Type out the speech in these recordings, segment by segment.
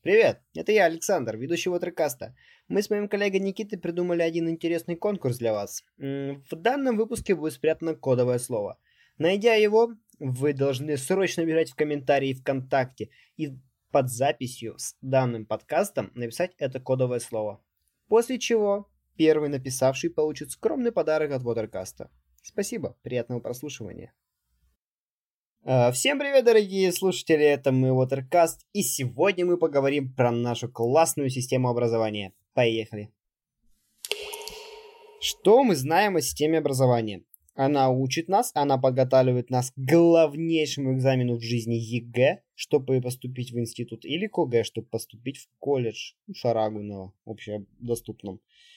Привет, это я, Александр, ведущий Watercast. Мы с моим коллегой Никитой придумали один интересный конкурс для вас. В данном выпуске будет спрятано кодовое слово. Найдя его, вы должны срочно бежать в комментарии ВКонтакте и под записью с данным подкастом написать это кодовое слово. После чего первый написавший получит скромный подарок от Watercast. Спасибо, приятного прослушивания. Всем привет, дорогие слушатели, это мы Watercast, и сегодня мы поговорим про нашу классную систему образования. Поехали! Что мы знаем о системе образования? Она учит нас, она подготавливает нас к главнейшему экзамену в жизни ЕГЭ, чтобы поступить в институт, или КОГЭ, чтобы поступить в колледж, шарагу на общедоступном.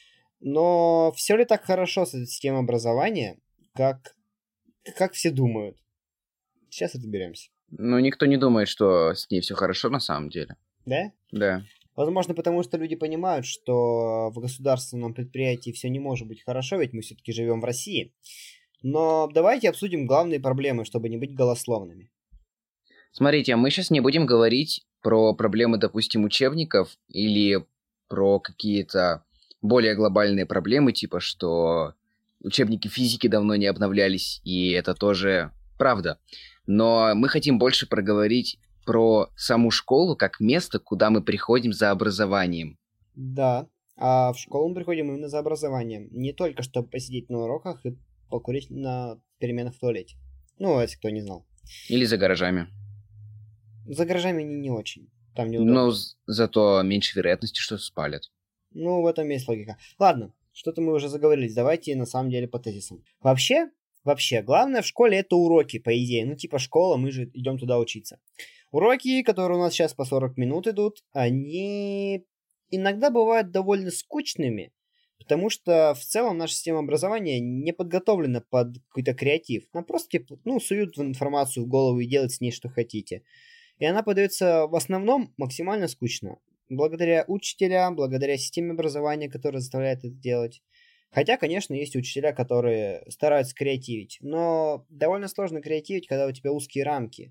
Но все ли так хорошо с этой системой образования, как все думают? Сейчас разберемся. Ну, никто не думает, что с ней все хорошо на самом деле. Да? Да. Возможно, потому что люди понимают, что в государственном предприятии все не может быть хорошо, ведь мы все-таки живем в России. Но давайте обсудим главные проблемы, чтобы не быть голословными. Смотрите, мы сейчас не будем говорить про проблемы, допустим, учебников или про какие-то более глобальные проблемы, типа что учебники физики давно не обновлялись, и это тоже правда. Но мы хотим больше проговорить про саму школу как место, куда мы приходим за образованием. Да, а в школу мы приходим именно за образованием. Не только чтобы посидеть на уроках и покурить на переменах в туалете. Ну, если кто не знал. Или за гаражами. За гаражами не очень. Там неудобно. Но зато меньше вероятности, что спалят. Ну, в этом есть логика. Ладно, что-то мы уже заговорились. Давайте на самом деле по тезисам. Вообще, главное в школе это уроки, по идее. Ну, типа школа, мы же идем туда учиться. Уроки, которые у нас сейчас по 40 минут идут, они иногда бывают довольно скучными, потому что в целом наша система образования не подготовлена под какой-то креатив. Нам просто, суют информацию в голову и делать с ней что хотите. И она подается в основном максимально скучно. Благодаря учителям, благодаря системе образования, которая заставляет это делать. Хотя, конечно, есть учителя, которые стараются креативить, но довольно сложно креативить, когда у тебя узкие рамки.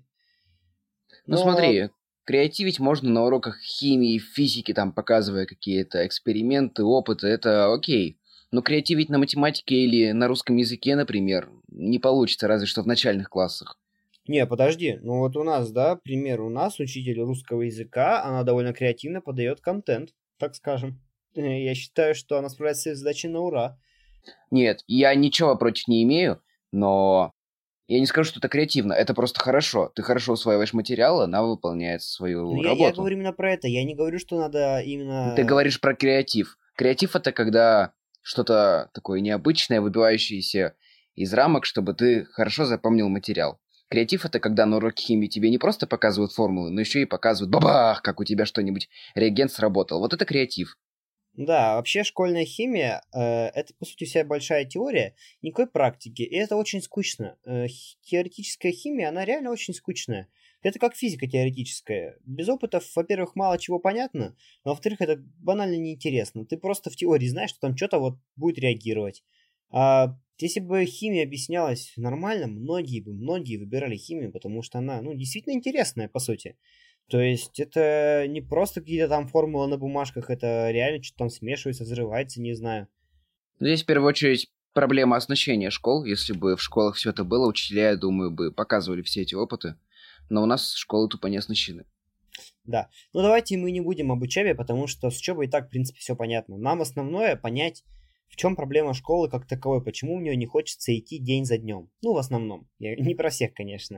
Ну смотри, креативить можно на уроках химии, физики, там показывая какие-то эксперименты, опыты, это окей. Но креативить на математике или на русском языке, например, не получится, разве что в начальных классах. Не, подожди, ну вот у нас, да, пример, у нас учитель русского языка, она довольно креативно подает контент, так скажем. Я считаю, что она справляется с своей задачей на ура. Нет, я ничего против не имею, но я не скажу, что это креативно, это просто хорошо. Ты хорошо усваиваешь материал, она выполняет свою работу. Я говорю именно про это, я не говорю, что надо именно... Ты говоришь про креатив. Креатив — это когда что-то такое необычное, выбивающееся из рамок, чтобы ты хорошо запомнил материал. Креатив — это когда на уроке химии тебе не просто показывают формулы, но еще и показывают бабах, как у тебя что-нибудь, реагент сработал. Вот это креатив. Да, вообще школьная химия это по сути вся большая теория, никакой практики, и это очень скучно. Теоретическая химия, она реально очень скучная. Это как физика теоретическая. Без опытов, во-первых, мало чего понятно, но во-вторых, это банально неинтересно. Ты просто в теории знаешь, что там что-то вот будет реагировать. А если бы химия объяснялась нормально, многие выбирали химию, потому что она, действительно интересная, по сути. То есть это не просто какие-то там формулы на бумажках, это реально что-то там смешивается, взрывается, не знаю. Здесь в первую очередь проблема оснащения школ. Если бы в школах все это было, учителя, я думаю, бы показывали все эти опыты. Но у нас школы тупо не оснащены. Да. Ну давайте мы не будем об учебе, потому что с учебой и так, в принципе, все понятно. Нам основное понять, в чем проблема школы как таковой, почему в нее не хочется идти день за днем. Ну, в основном. Я не про всех, конечно.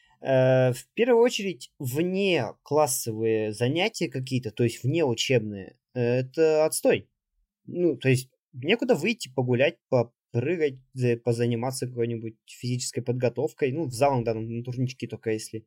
В первую очередь, вне классовые занятия какие-то, то есть вне учебные, это отстой. Ну, то есть некуда выйти, погулять, попрыгать, позаниматься какой-нибудь физической подготовкой. Ну, в залах, да, на турнички только если.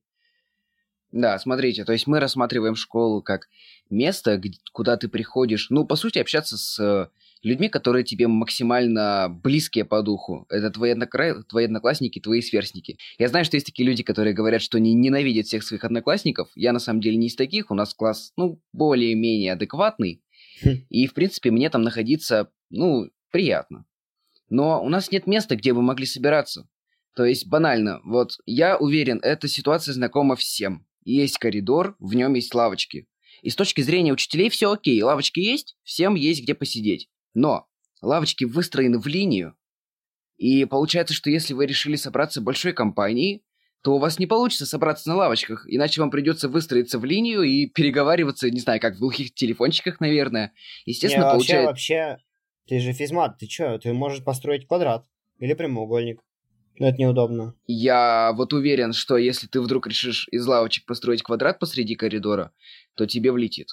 Да, смотрите, то есть мы рассматриваем школу как место, куда ты приходишь, ну, по сути, общаться с людьми, которые тебе максимально близкие по духу. Это твои одноклассники, твои сверстники. Я знаю, что есть такие люди, которые говорят, что они ненавидят всех своих одноклассников. Я, на самом деле, не из таких. У нас класс, более-менее адекватный. И, в принципе, мне там находиться, приятно. Но у нас нет места, где вы могли собираться. То есть, банально, вот я уверен, эта ситуация знакома всем. Есть коридор, в нем есть лавочки. И с точки зрения учителей все окей, лавочки есть, всем есть где посидеть. Но лавочки выстроены в линию, и получается, что если вы решили собраться большой компанией, то у вас не получится собраться на лавочках, иначе вам придется выстроиться в линию и переговариваться, не знаю, как в глухих телефончиках, наверное. Не, Естественно, получается... вообще, ты же физмат, ты чё? Ты можешь построить квадрат или прямоугольник. Но это неудобно. Я вот уверен, что если ты вдруг решишь из лавочек построить квадрат посреди коридора, то тебе влетит.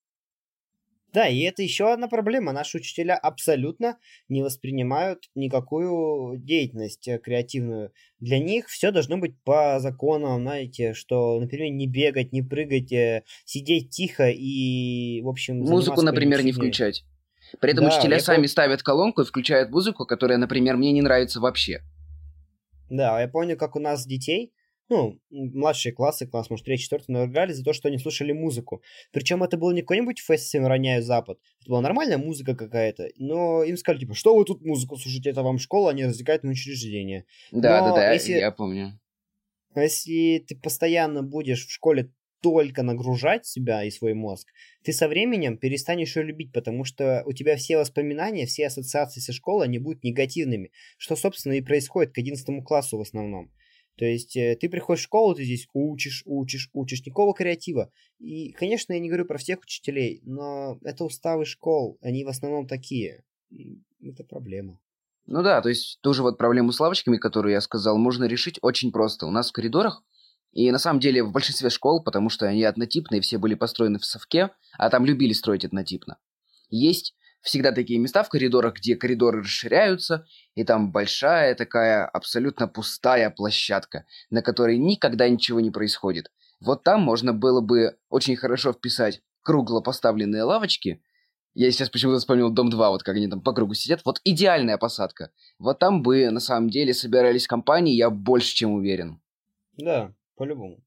Да, и это еще одна проблема. Наши учителя абсолютно не воспринимают никакую деятельность креативную. Для них все должно быть по законам, знаете, что, например, не бегать, не прыгать, сидеть тихо и, в общем, Музыку, заниматься какой-нибудь например, не фигней. включать. При этом Да, учителя сами ставят колонку и включают музыку, которая, например, мне не нравится вообще. Да, я помню, как у нас детей, младшие классы, класс, может, 3-4, наругали за то, что они слушали музыку. Причем это был не какой-нибудь «Фест роняю Запад», это была нормальная музыка какая-то, но им сказали, типа, что вы тут музыку слушаете, это вам школа, а не развлекательное учреждение. Но Да, я помню. если ты постоянно будешь в школе только нагружать себя и свой мозг, ты со временем перестанешь ее любить, потому что у тебя все воспоминания, все ассоциации со школы, они будут негативными, что, собственно, и происходит к 11 классу в основном. То есть ты приходишь в школу, ты здесь учишь, никакого креатива. И, конечно, я не говорю про всех учителей, но это уставы школ, они в основном такие. И это проблема. Ну да, то есть ту же вот проблему с лавочками, которую я сказал, можно решить очень просто. У нас в коридорах, и на самом деле в большинстве школ, потому что они однотипные, все были построены в совке, а там любили строить однотипно. Есть всегда такие места в коридорах, где коридоры расширяются, и там большая такая абсолютно пустая площадка, на которой никогда ничего не происходит. Вот там можно было бы очень хорошо вписать кругло поставленные лавочки. Я сейчас почему-то вспомнил Дом 2, вот как они там по кругу сидят. Вот идеальная посадка. Вот там бы на самом деле собирались компании, я больше чем уверен. Да, по-любому.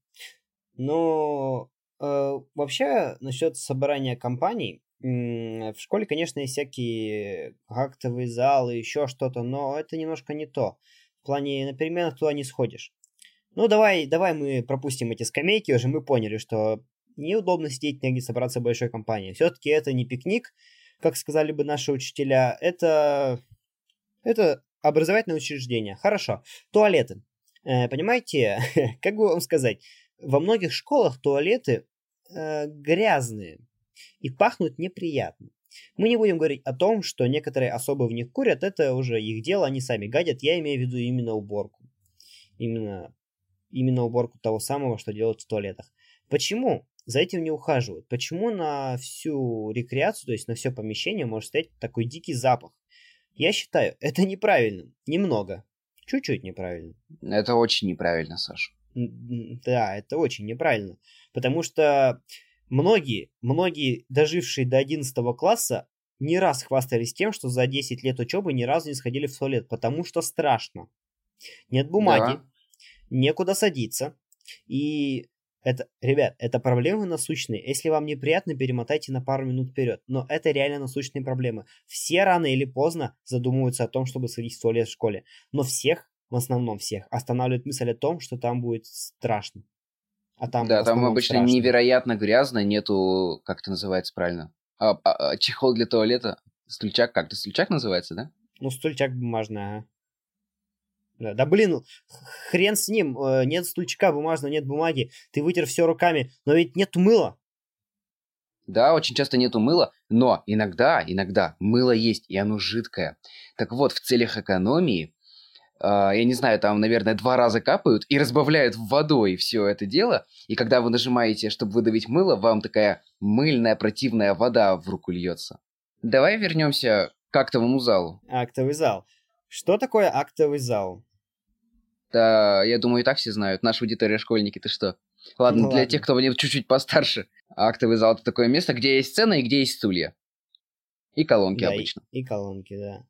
Но вообще насчет собрания компаний, в школе, конечно, есть всякие актовые залы, еще что-то, но это немножко не то. В плане, на переменах туда не сходишь. Ну, давай мы пропустим эти скамейки, уже мы поняли, что неудобно сидеть негде собраться большой компанией. Все-таки это не пикник, как сказали бы наши учителя, это образовательное учреждение. Хорошо. Туалеты. Понимаете, как бы вам сказать, во многих школах туалеты грязные и пахнут неприятно. Мы не будем говорить о том, что некоторые особо в них курят, это уже их дело, они сами гадят. Я имею в виду именно уборку. Именно уборку того самого, что делают в туалетах. Почему за этим не ухаживают? Почему на всю рекреацию, то есть на все помещение может стоять такой дикий запах? Я считаю, это неправильно. Немного. Чуть-чуть неправильно. Это очень неправильно, Саш. Да, это очень неправильно. Потому что многие, дожившие до 11 класса, не раз хвастались тем, что за 10 лет учебы ни разу не сходили в туалет, потому что страшно. Нет бумаги, Да. некуда садиться. И это, ребят, это проблемы насущные. Если вам неприятно, перемотайте на пару минут вперед. Но это реально насущные проблемы. Все рано или поздно задумываются о том, чтобы сходить в туалет в школе. Но всех, в основном всех, останавливает мысль о том, что там будет страшно. А там Да, в там основном обычно страшно. невероятно грязно, нету, как это называется правильно? Чехол для туалета, стульчак, как-то стульчак называется, да? Ну, стульчак бумажный, ага. Да блин, хрен с ним, нет стульчика бумажного, нет бумаги, ты вытер все руками, но ведь нет мыла. Да, очень часто нету мыла, но иногда мыло есть, и оно жидкое. Так вот, в целях экономии, я не знаю, там, наверное, 2 раза капают и разбавляют водой все это дело, и когда вы нажимаете, чтобы выдавить мыло, вам такая мыльная противная вода в руку льется. Давай вернемся к актовому залу. Актовый зал. Что такое актовый зал? Да, я думаю, и так все знают. Наша аудитория школьники, ты что? Ладно, Ну для тех, ладно. кто мне чуть-чуть постарше. Актовый зал — это такое место, где есть сцена и где есть стулья. И колонки Да, обычно. и колонки, да.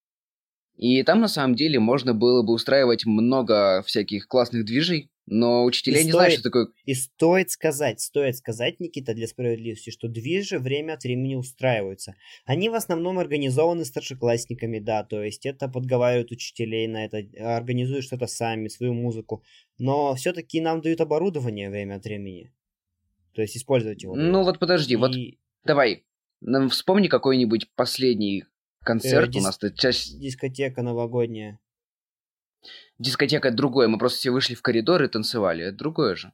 И там, на самом деле, можно было бы устраивать много всяких классных движей, но И учителя не знают, что стоит, такое... и стоит сказать, Никита, для справедливости, что движи время от времени устраиваются. Они в основном организованы старшеклассниками, да, то есть это подговаривают учителей на это, организуют что-то сами, свою музыку. Но все-таки нам дают оборудование время от времени. То есть использовать его. Ну вот подожди, вот давай, вспомни какой-нибудь последний концерт у нас. Дискотека новогодняя. Дискотека — это другое, мы просто все вышли в коридор и танцевали, это другое же.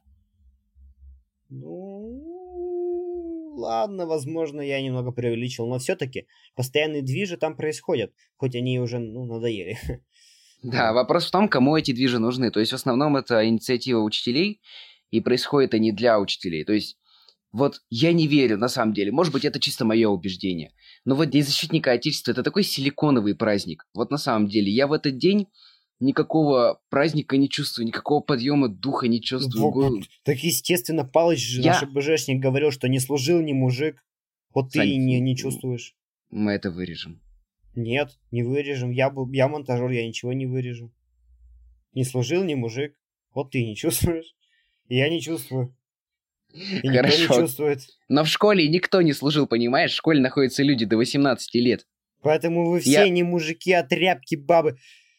Ну, ладно, возможно, я немного преувеличил, но все-таки постоянные движи там происходят, хоть они уже, надоели. Да, вопрос в том, кому эти движи нужны. То есть в основном это инициатива учителей, и происходит они для учителей. То есть вот я не верю, на самом деле, может быть, это чисто мое убеждение, но вот День защитника Отечества — это такой силиконовый праздник. Вот на самом деле, я в этот день никакого праздника не чувствую, никакого подъема духа не чувствую. Так, естественно, Палыч же, наш БЖшник, говорил, что не служил ни мужик. Вот ты и не чувствуешь. Мы это вырежем. Нет, не вырежем. Я монтажер, я ничего не вырежу. Не служил ни мужик. Вот ты не чувствуешь. Я не чувствую. И Хорошо. Никто не чувствует. Но в школе никто не служил, понимаешь? В школе находятся люди до 18 лет. Поэтому вы все не мужики, а тряпки, бабы.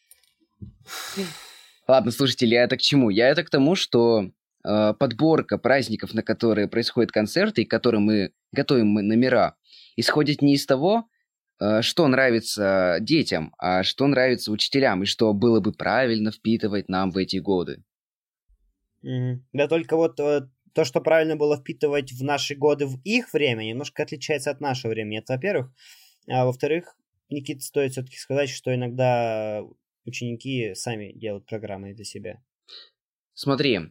Ладно, слушатели, я это к чему? Я это к тому, что подборка праздников, на которые происходят концерты, и к которым мы готовим номера, исходит не из того, что нравится детям, а что нравится учителям, и что было бы правильно впитывать нам в эти годы. Да только вот то, что правильно было впитывать в наши годы в их время, немножко отличается от нашего времени. Это во-первых. А во-вторых, Никита, стоит все-таки сказать, что иногда ученики сами делают программы для себя. Смотри,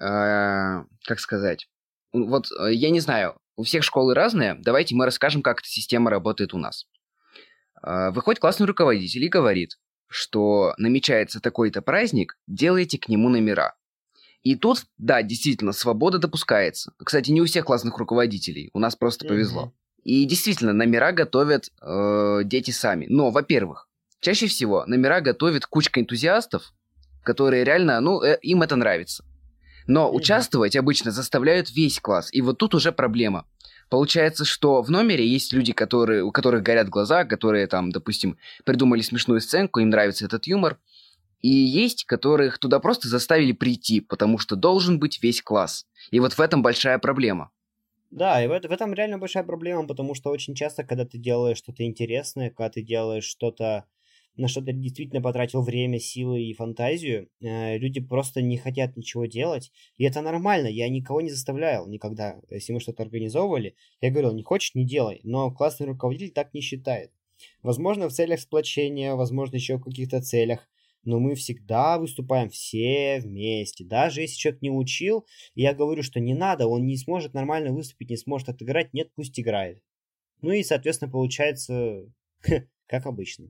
как сказать. Вот я не знаю, у всех школы разные. Давайте мы расскажем, как эта система работает у нас. Выходит классный руководитель и говорит, что намечается такой-то праздник, делайте к нему номера. И тут, да, действительно, свобода допускается. Кстати, не у всех классных руководителей, у нас просто повезло. И действительно, номера готовят дети сами. Но, во-первых, чаще всего номера готовит кучка энтузиастов, которые реально, им это нравится. Но участвовать обычно заставляют весь класс. И вот тут уже проблема. Получается, что в номере есть люди, у которых горят глаза, которые там, допустим, придумали смешную сценку, им нравится этот юмор. И есть, которых туда просто заставили прийти, потому что должен быть весь класс. И вот в этом большая проблема. Да, и в этом реально большая проблема, потому что очень часто, когда ты делаешь что-то интересное, когда ты делаешь что-то, на что ты действительно потратил время, силы и фантазию, люди просто не хотят ничего делать. И это нормально, я никого не заставлял никогда. Если мы что-то организовывали, я говорил, не хочешь, не делай. Но классный руководитель так не считает. Возможно, в целях сплочения, возможно, еще в каких-то целях. Но мы всегда выступаем все вместе. Даже если человек не учил, я говорю, что не надо, он не сможет нормально выступить, не сможет отыграть, нет, пусть играет. Ну и, соответственно, получается, как обычно.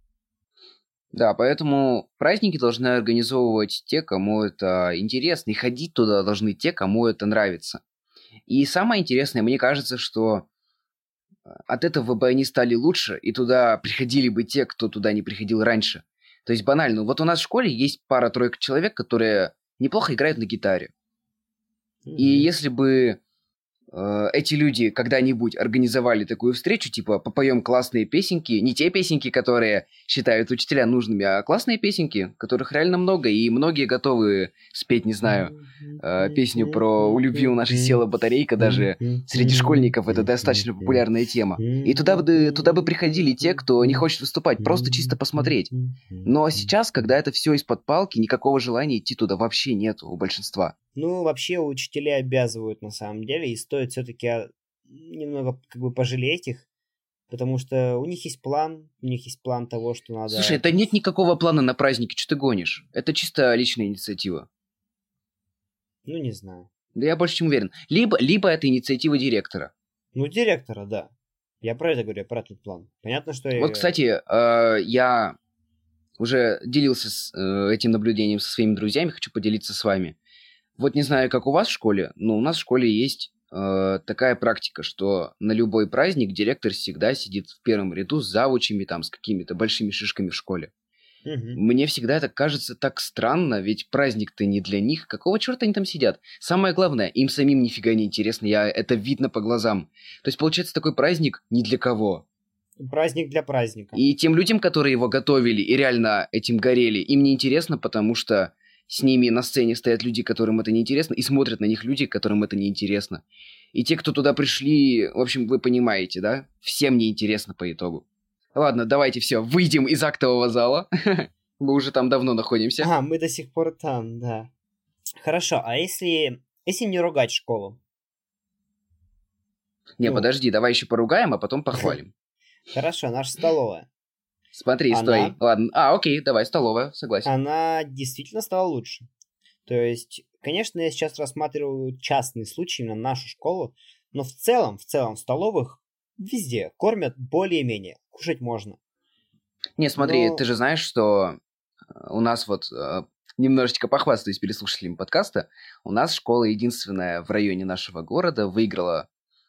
Да, поэтому праздники должны организовывать те, кому это интересно, и ходить туда должны те, кому это нравится. И самое интересное, мне кажется, что от этого бы они стали лучше, и туда приходили бы те, кто туда не приходил раньше. То есть банально, вот у нас в школе есть пара-тройка человек, которые неплохо играют на гитаре. И если бы эти люди когда-нибудь организовали такую встречу, типа попоем классные песенки, не те песенки, которые считают учителя нужными, а классные песенки, которых реально много, и многие готовы спеть, не знаю, песню про «У любви у нашей села батарейка», даже среди школьников это достаточно популярная тема. И туда бы приходили те, кто не хочет выступать, просто чисто посмотреть. Но сейчас, когда это все из-под палки, никакого желания идти туда вообще нет у большинства. Ну, вообще, учителя обязывают на самом деле, и стоит все-таки немного пожалеть их, потому что у них есть план того, что надо... Слушай, это нет никакого плана на праздники, что ты гонишь? Это чисто личная инициатива. Ну, не знаю. Да я больше чем уверен. Либо это инициатива директора. Ну, директора, да. Я про это говорю, про этот план. Понятно, что... Вот, кстати, я уже делился этим наблюдением со своими друзьями, хочу поделиться с вами. Вот не знаю, как у вас в школе, но у нас в школе есть такая практика, что на любой праздник директор всегда сидит в первом ряду с завучами, там, с какими-то большими шишками в школе. Мне всегда это кажется так странно, ведь праздник-то не для них. Какого черта они там сидят? Самое главное, им самим нифига не интересно, это видно по глазам. То есть, получается, такой праздник ни для кого. Праздник для праздника. И тем людям, которые его готовили и реально этим горели, им не интересно, потому что с ними на сцене стоят люди, которым это неинтересно, и смотрят на них люди, которым это неинтересно. И те, кто туда пришли, в общем, вы понимаете, да? Всем неинтересно по итогу. Ладно, давайте все, выйдем из актового зала. Мы уже там давно находимся. Мы до сих пор там, да. Хорошо, а если не ругать школу? Не, подожди, давай еще поругаем, а потом похвалим. Хорошо, наша столовая. Смотри, стой. Ладно. Окей, давай, столовая, согласен. Она действительно стала лучше. То есть, конечно, я сейчас рассматриваю частный случай на нашу школу, но в целом в столовых везде кормят более-менее. Кушать можно. Не, смотри, ты же знаешь, что у нас вот немножечко похвастаюсь перед слушателями подкаста. У нас школа единственная в районе нашего города выиграла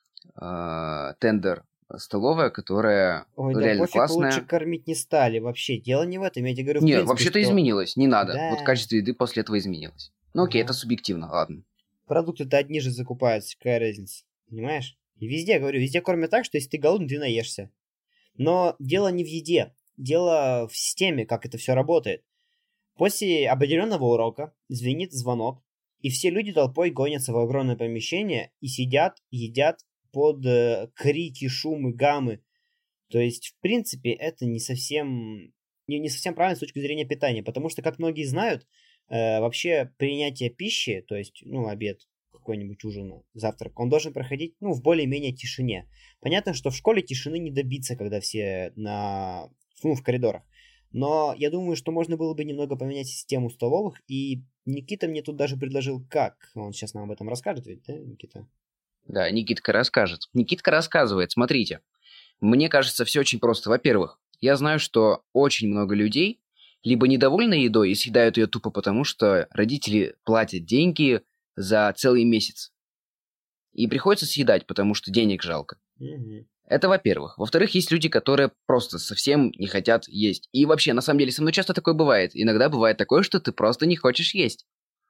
тендер столовая, которая реально классная. Лучше кормить не стали. Вообще, дело не в этом. Я тебе говорю, Нет, вообще-то изменилось. Не надо. Да. Вот качество еды после этого изменилось. Ну окей, это субъективно, ладно. Продукты-то одни же закупаются, какая разница. Понимаешь? И везде, говорю, везде кормят так, что если ты голодный, ты наешься. Но дело не в еде. Дело в системе, как это все работает. После определенного урока звенит звонок, и все люди толпой гонятся в огромное помещение и сидят, едят под крики, шумы, гаммы. То есть, в принципе, это не совсем правильно с точки зрения питания, потому что, как многие знают, вообще принятие пищи, то есть, обед, какой-нибудь ужин, завтрак, он должен проходить, в более-менее тишине. Понятно, что в школе тишины не добиться, когда все в коридорах. Но я думаю, что можно было бы немного поменять систему столовых, и Никита мне тут даже предложил, как. Он сейчас нам об этом расскажет, ведь, да, Никита? Да, Никитка расскажет. Никитка рассказывает, смотрите. Мне кажется, все очень просто. Во-первых, я знаю, что очень много людей либо недовольны едой и съедают ее тупо потому, что родители платят деньги за целый месяц. И приходится съедать, потому что денег жалко. Угу. Это во-первых. Во-вторых, есть люди, которые просто совсем не хотят есть. И вообще, на самом деле, со мной часто такое бывает. Иногда бывает такое, что ты просто не хочешь есть.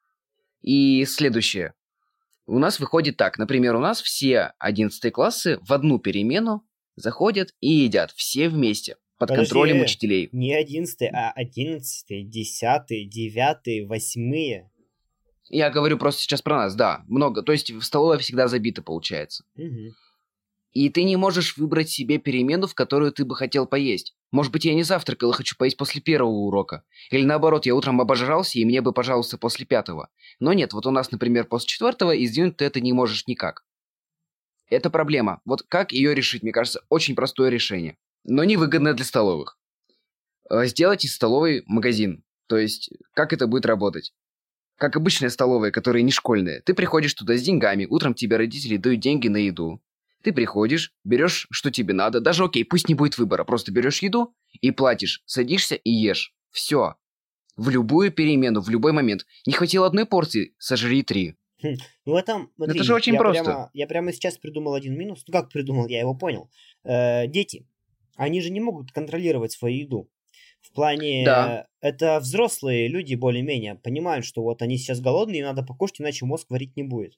И следующее. У нас выходит так. Например, у нас все 11 классы в одну перемену заходят и едят. Все вместе. Под контролем учителей. Не 11, а 11, 10, 9, 8. Я говорю просто сейчас про нас, да. Много. То есть в столовой всегда забито получается. Угу. И ты не можешь выбрать себе перемену, в которую ты бы хотел поесть. Может быть, я не завтракал и хочу поесть после первого урока. Или наоборот, я утром обожрался, и мне бы, пожалуйста, после 5. Но нет, вот у нас, например, после 4, и сдвинуть ты это не можешь никак. Это проблема. Вот как ее решить, мне кажется, очень простое решение. Но невыгодное для столовых. Сделать из столовой магазин. То есть, как это будет работать? Как обычная столовая, которые не школьные. Ты приходишь туда с деньгами, утром тебе родители дают деньги на еду. Ты приходишь, берешь, что тебе надо. Даже окей, пусть не будет выбора. Просто берешь еду и платишь. Садишься и ешь. Все. В любую перемену, в любой момент. Не хватило одной порции, сожри 3. Это же очень просто. Я прямо сейчас придумал один минус. Ну как придумал, я его понял. Дети, они же не могут контролировать свою еду. В плане, да. Это взрослые люди более-менее понимают, что вот они сейчас голодные, им надо покушать, иначе мозг варить не будет.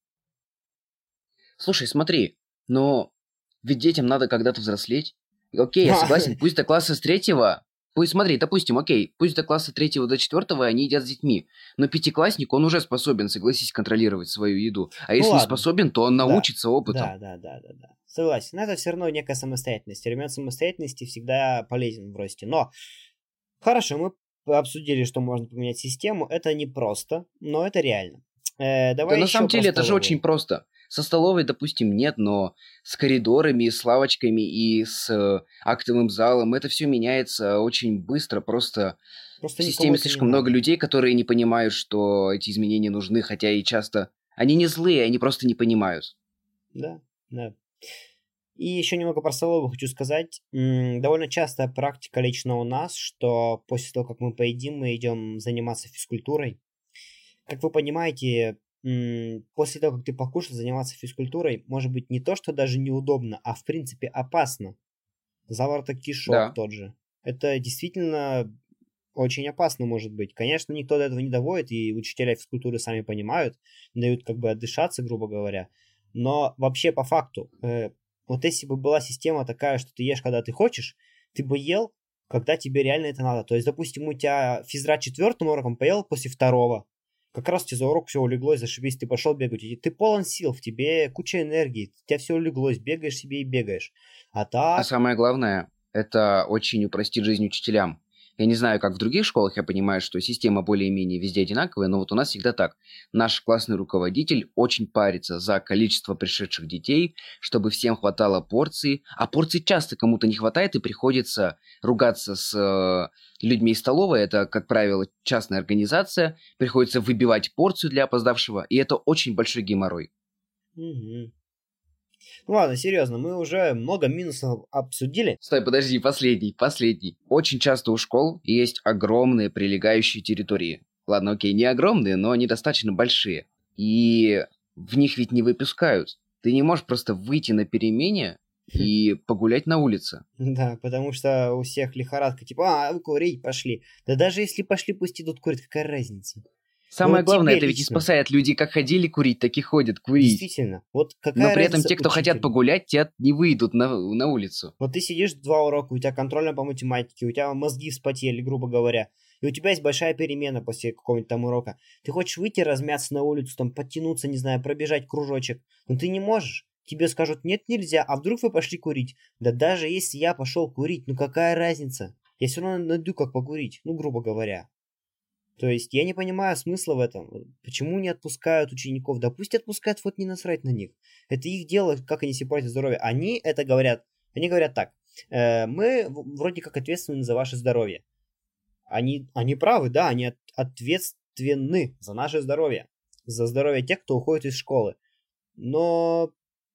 Слушай, смотри. Но ведь детям надо когда-то взрослеть. Окей, я согласен, пусть до класса с 3, пусть, смотри, допустим, окей, пусть до класса 3 до 4 они едят с детьми. Но 5-классник, он уже способен, согласись, контролировать свою еду. А если не способен, то он научится опытом. Да. Согласен, но это все равно некая самостоятельность. Элемент самостоятельности всегда полезен в росте. Но, хорошо, мы обсудили, что можно поменять систему. Это непросто, но это реально. Давай на самом деле это же очень просто. Со столовой, допустим, нет, но с коридорами, с лавочками и с актовым залом это все меняется очень быстро. Просто в системе слишком много людей, которые не понимают, что эти изменения нужны, хотя и часто... Они не злые, они просто не понимают. Да. И еще немного про столовую хочу сказать. Довольно частая практика лично у нас, что после того, как мы поедим, мы идем заниматься физкультурой. Как вы понимаете, после того, как ты покушал, заниматься физкультурой может быть не то, что даже неудобно, а в принципе опасно. Завороток кишок тот же. Это действительно очень опасно может быть. Конечно, никто до этого не доводит, и учителя физкультуры сами понимают, дают как бы отдышаться, грубо говоря. Но вообще по факту, вот если бы была система такая, что ты ешь, когда ты хочешь, ты бы ел когда тебе реально это надо. То есть, допустим, у тебя физра 4-м уроком поел после 2-го. Как раз тебе за урок все улеглось, зашибись, ты пошел бегать. И ты полон сил, в тебе куча энергии, у тебя все улеглось, бегаешь себе и бегаешь. А А так, самое главное, это очень упростит жизнь учителям. Я не знаю, как в других школах, я понимаю, что система более-менее везде одинаковая, но вот у нас всегда так. Наш классный руководитель очень парится за количество пришедших детей, чтобы всем хватало порций, а порций часто кому-то не хватает и приходится ругаться с людьми из столовой, это, как правило, частная организация, приходится выбивать порцию для опоздавшего, и это очень большой геморрой. мгм. Ну ладно, серьезно, мы уже много минусов обсудили. Стой, подожди, последний. Очень часто у школ есть огромные прилегающие территории. Ладно, окей, не огромные, но они достаточно большие. И в них ведь не выпускают. Ты не можешь просто выйти на перемене и погулять на улице. Да, потому что у всех лихорадка, типа, курить пошли. Да даже если пошли, пусть идут курить, какая разница? Ну Самое вот главное, тебе это ведь не лично, спасает. Люди как ходили курить, так и ходят курить. действительно, вот Но какая при этом разница те, кто хотят учителю? погулять, те не выйдут на улицу. Вот ты сидишь 2 урока, у тебя контрольная по математике, у тебя мозги вспотели, грубо говоря, и у тебя есть большая перемена после какого-нибудь там урока. Ты хочешь выйти, размяться на улицу, там, подтянуться, не знаю, пробежать кружочек, но ты не можешь. Тебе скажут, нет, нельзя, а вдруг вы пошли курить? Да даже если я пошел курить, ну какая разница? Я все равно найду, как покурить, ну, грубо говоря. То есть я не понимаю смысла в этом. Почему не отпускают учеников? Да пусть отпускают, вот не насрать на них. Это их дело, как они себе портят здоровье. Они это говорят. Они говорят так. Мы вроде как ответственны за ваше здоровье. Они правы, да, они ответственны за наше здоровье. За здоровье тех, кто уходит из школы. Но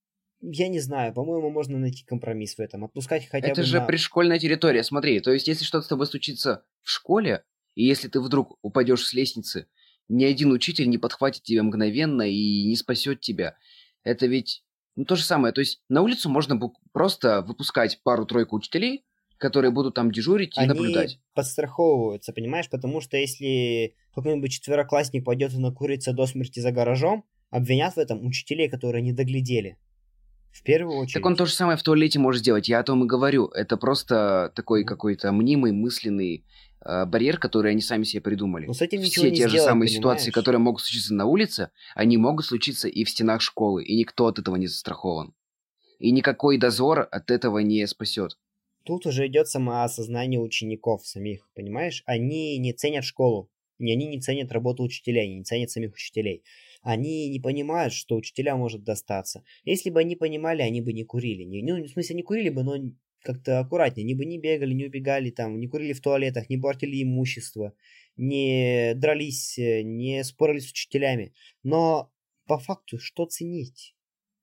я не знаю, по-моему, можно найти компромисс в этом. Отпускать хотя Это бы же на... пришкольная территория, смотри. То есть, если что-то с тобой случится в школе, и если ты вдруг упадешь с лестницы, ни один учитель не подхватит тебя мгновенно и не спасет тебя. Это ведь то же самое. То есть, на улицу можно просто выпускать пару-тройку учителей, которые будут там дежурить и Они наблюдать. подстраховываются, понимаешь? Потому что если какой-нибудь четвероклассник пойдет и накурится до смерти за гаражом, обвинят в этом учителей, которые не доглядели. В первую Так он то очередь. же самое в туалете может сделать. Я о том и говорю. Это просто такой Ну, какой-то мнимый мысленный барьер, который они сами себе придумали. но с этим ничего Все не те же сделать, самые ситуации, понимаешь? которые могут случиться на улице, они могут случиться и в стенах школы, и никто от этого не застрахован. И никакой дозор от этого не спасет. Тут уже идет самоосознание учеников самих, понимаешь? Они не ценят школу, они не ценят работу учителей, они не ценят самих учителей. Они не понимают, что учителя может достаться. Если бы они понимали, они бы не курили. Ну, в смысле, не курили бы, но как-то аккуратнее. Они бы не бегали, не убегали там, не курили в туалетах, не портили имущество, не дрались, не спорили с учителями. Но по факту, что ценить?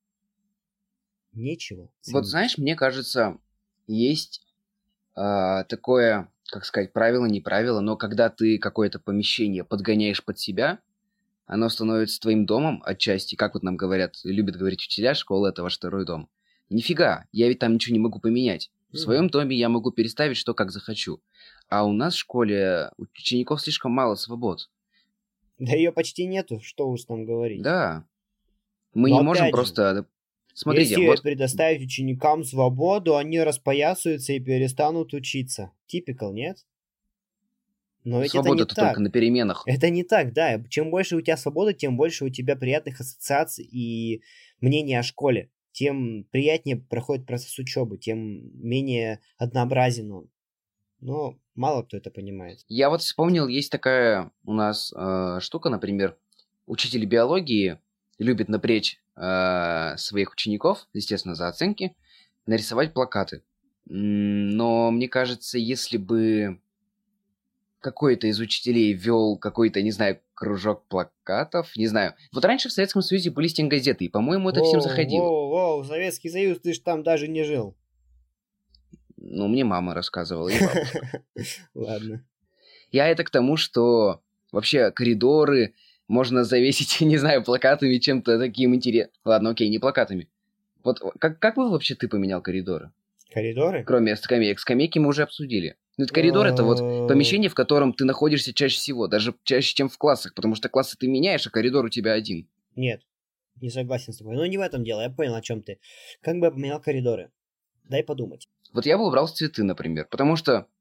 Нечего Вот ценить. знаешь, мне кажется, есть такое, как сказать, правило, не правило, но когда ты какое-то помещение подгоняешь под себя, оно становится твоим домом отчасти, как вот нам говорят, любят говорить учителя, школа — это ваш второй дом. Нифига, я ведь там ничего не могу поменять. В своем Мгм. доме я могу переставить что как захочу. А у нас в школе у учеников слишком мало свобод. Да ее почти нету, что уж там говорить. Да, мы Но не можем опять же, просто... Смотрите, если вот предоставить ученикам свободу, они распоясаются и перестанут учиться. Типикал, нет? Но ведь это не свобода-то только так. на переменах. Это не так, да. Чем больше у тебя свободы, тем больше у тебя приятных ассоциаций и мнений о школе. Тем приятнее проходит процесс учебы, тем менее однообразен он. Но мало кто это понимает. Я вот вспомнил, есть такая у нас штука, например, учитель биологии любит напрячь своих учеников, естественно, за оценки, нарисовать плакаты. Но мне кажется, если бы какой-то из учителей вел какой-то, не знаю, кружок плакатов, не знаю. Вот раньше в Советском Союзе были стенгазеты, и, по-моему, это всем Воу, заходило. воу, воу, Советский Союз, ты ж там даже не жил. Ну, мне мама рассказывала, и бабушка. Ладно. Я это к тому, что вообще коридоры можно завесить, не знаю, плакатами, чем-то таким интересным. Ладно, окей, не плакатами. Вот как бы вообще ты поменял коридоры? Коридоры? Кроме скамеек. Скамейки мы уже обсудили. Ну, это коридор — это вот Э, помещение, в котором ты находишься чаще всего, даже чаще, чем в классах, потому что классы ты меняешь, а коридор у тебя один. Нет, не согласен с тобой. Но не в этом дело, я понял, о чем ты. Как бы я поменял коридоры? Дай подумать. Вот я бы убрал цветы, например, потому что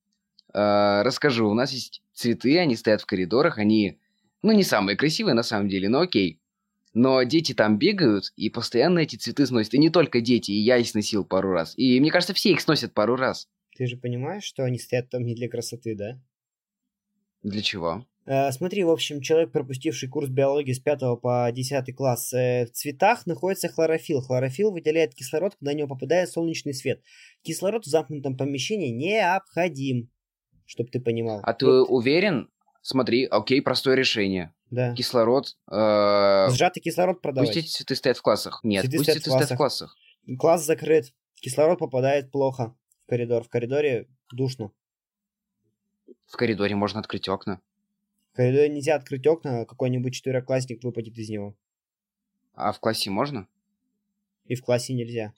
Расскажу. У нас есть цветы, они стоят в коридорах, они, ну, не самые красивые на самом деле, но окей. Но дети там бегают, и постоянно эти цветы сносят. И не только дети, и я их сносил пару раз. И мне кажется, все их сносят пару раз. Ты же понимаешь, что они стоят там не для красоты, да? Для чего? Смотри, в общем, человек, пропустивший курс биологии с 5 по 10 класс, в цветах находится хлорофилл. Хлорофилл выделяет кислород, когда на него попадает солнечный свет. Кислород в замкнутом помещении необходим, чтобы ты понимал. А ты уверен? Смотри, окей, простое решение. Да. Кислород... Сжатый кислород продавать. Пусть эти цветы стоят в классах. Нет, Цветы пусть стоят в цветы стоят в классах. Класс закрыт. Кислород попадает плохо в коридор. В коридоре душно. В коридоре можно открыть окна. В коридоре нельзя открыть окна, какой-нибудь четвероклассник выпадет из него. А в классе можно? И в классе нельзя.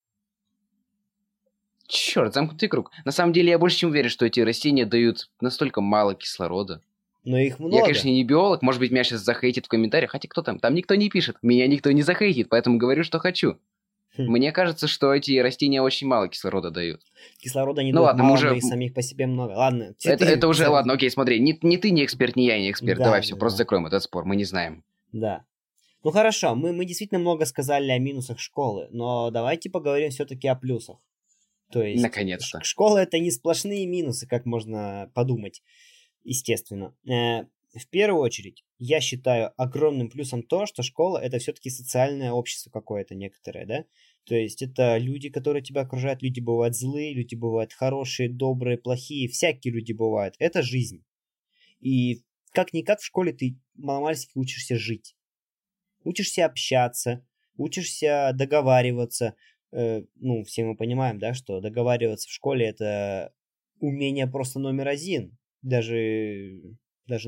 Черт, замкнутый круг. На самом деле я больше чем уверен, что эти растения дают настолько мало кислорода. Но их много. Я, конечно, не биолог, может быть, меня сейчас захейтит в комментариях, хотя кто там? Там никто не пишет. Меня никто не захейтит, поэтому говорю, что хочу. Мне кажется, что эти растения очень мало кислорода дают. Кислорода не дают мало, но и самих по себе много. Ладно. Это уже, ладно, окей, смотри. Ни ты не эксперт, ни я не эксперт. Давай все, просто закроем этот спор, мы не знаем. Да. Ну хорошо, мы действительно много сказали о минусах школы, но давайте поговорим все-таки о плюсах. То есть, наконец-то. Школа это не сплошные минусы, как можно подумать, естественно. В первую очередь, я считаю огромным плюсом то, что школа это все-таки социальное общество какое-то некоторое, да? То есть это люди, которые тебя окружают, люди бывают злые, люди бывают хорошие, добрые, плохие, всякие люди бывают. Это жизнь. И как-никак в школе ты маломальски учишься жить. Учишься общаться, учишься договариваться. Ну, все мы понимаем, да, что договариваться в школе это умение просто номер один. Даже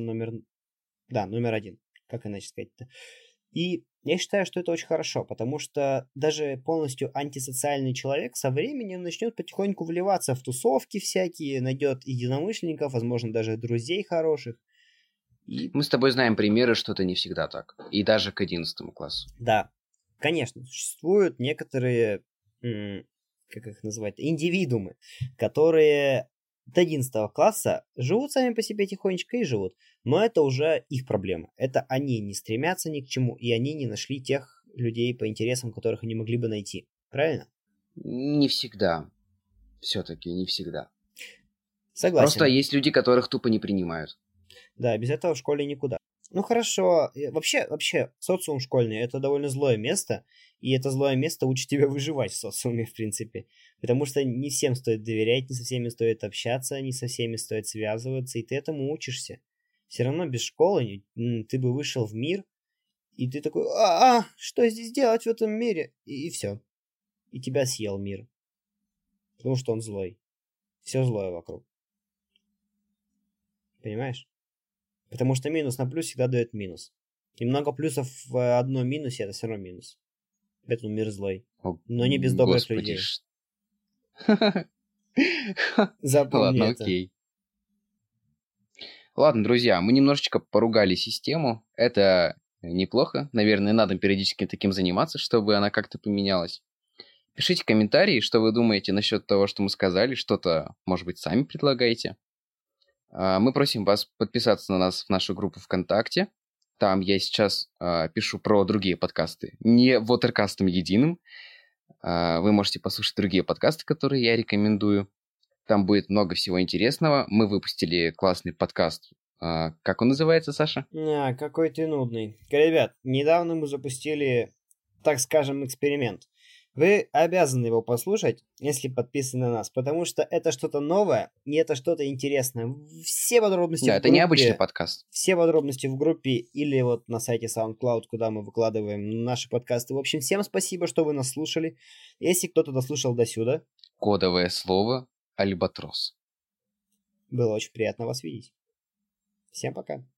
номер один. Как иначе сказать-то? И я считаю, что это очень хорошо, потому что даже полностью антисоциальный человек со временем начнет потихоньку вливаться в тусовки всякие, найдет единомышленников, возможно, даже друзей хороших. И... Мы с тобой знаем примеры, что это не всегда так. И даже к 11 классу. Да, конечно, существуют некоторые, как их называть, индивидуумы, которые до 11 класса живут сами по себе тихонечко и живут. Но это уже их проблема. Это они не стремятся ни к чему, и они не нашли тех людей по интересам, которых они могли бы найти. Правильно? Не всегда. Все-таки не всегда. Согласен. Просто есть люди, которых тупо не принимают. Да, без этого в школе никуда. Ну хорошо, вообще социум школьный это довольно злое место, и это злое место учит тебя выживать в социуме, в принципе. Потому что не всем стоит доверять, не со всеми стоит общаться, не со всеми стоит связываться, и ты этому учишься. Все равно без школы ты бы вышел в мир, и ты такой, что здесь делать в этом мире? И все. И тебя съел мир. Потому что он злой. Все злое вокруг. Понимаешь? Потому что минус на плюс всегда дает минус. И много плюсов в одном минусе это все равно минус. Поэтому мир злой. Но не без добрых людей. Запомни Ладно, это. окей. Ладно, друзья, мы немножечко поругали систему. Это неплохо. Наверное, надо периодически таким заниматься, чтобы она как-то поменялась. Пишите комментарии, что вы думаете насчет того, что мы сказали. Что-то, может быть, сами предлагаете. Мы просим вас подписаться на нас в нашу группу ВКонтакте. Там я сейчас пишу про другие подкасты. Не Watercast'ом единым. Вы можете послушать другие подкасты, которые я рекомендую. Там будет много всего интересного. Мы выпустили классный подкаст. Как он называется, Саша? Какой ты нудный. Ребят, недавно мы запустили, так скажем, эксперимент. Вы обязаны его послушать, если подписаны на нас, потому что это что-то новое, и это что-то интересное. Все подробности в группе... это необычный подкаст. Все подробности в группе или вот на сайте SoundCloud, куда мы выкладываем наши подкасты. В общем, всем спасибо, что вы нас слушали. Если кто-то дослушал до сюда... Кодовое слово «Альбатрос». Было очень приятно вас видеть. Всем пока.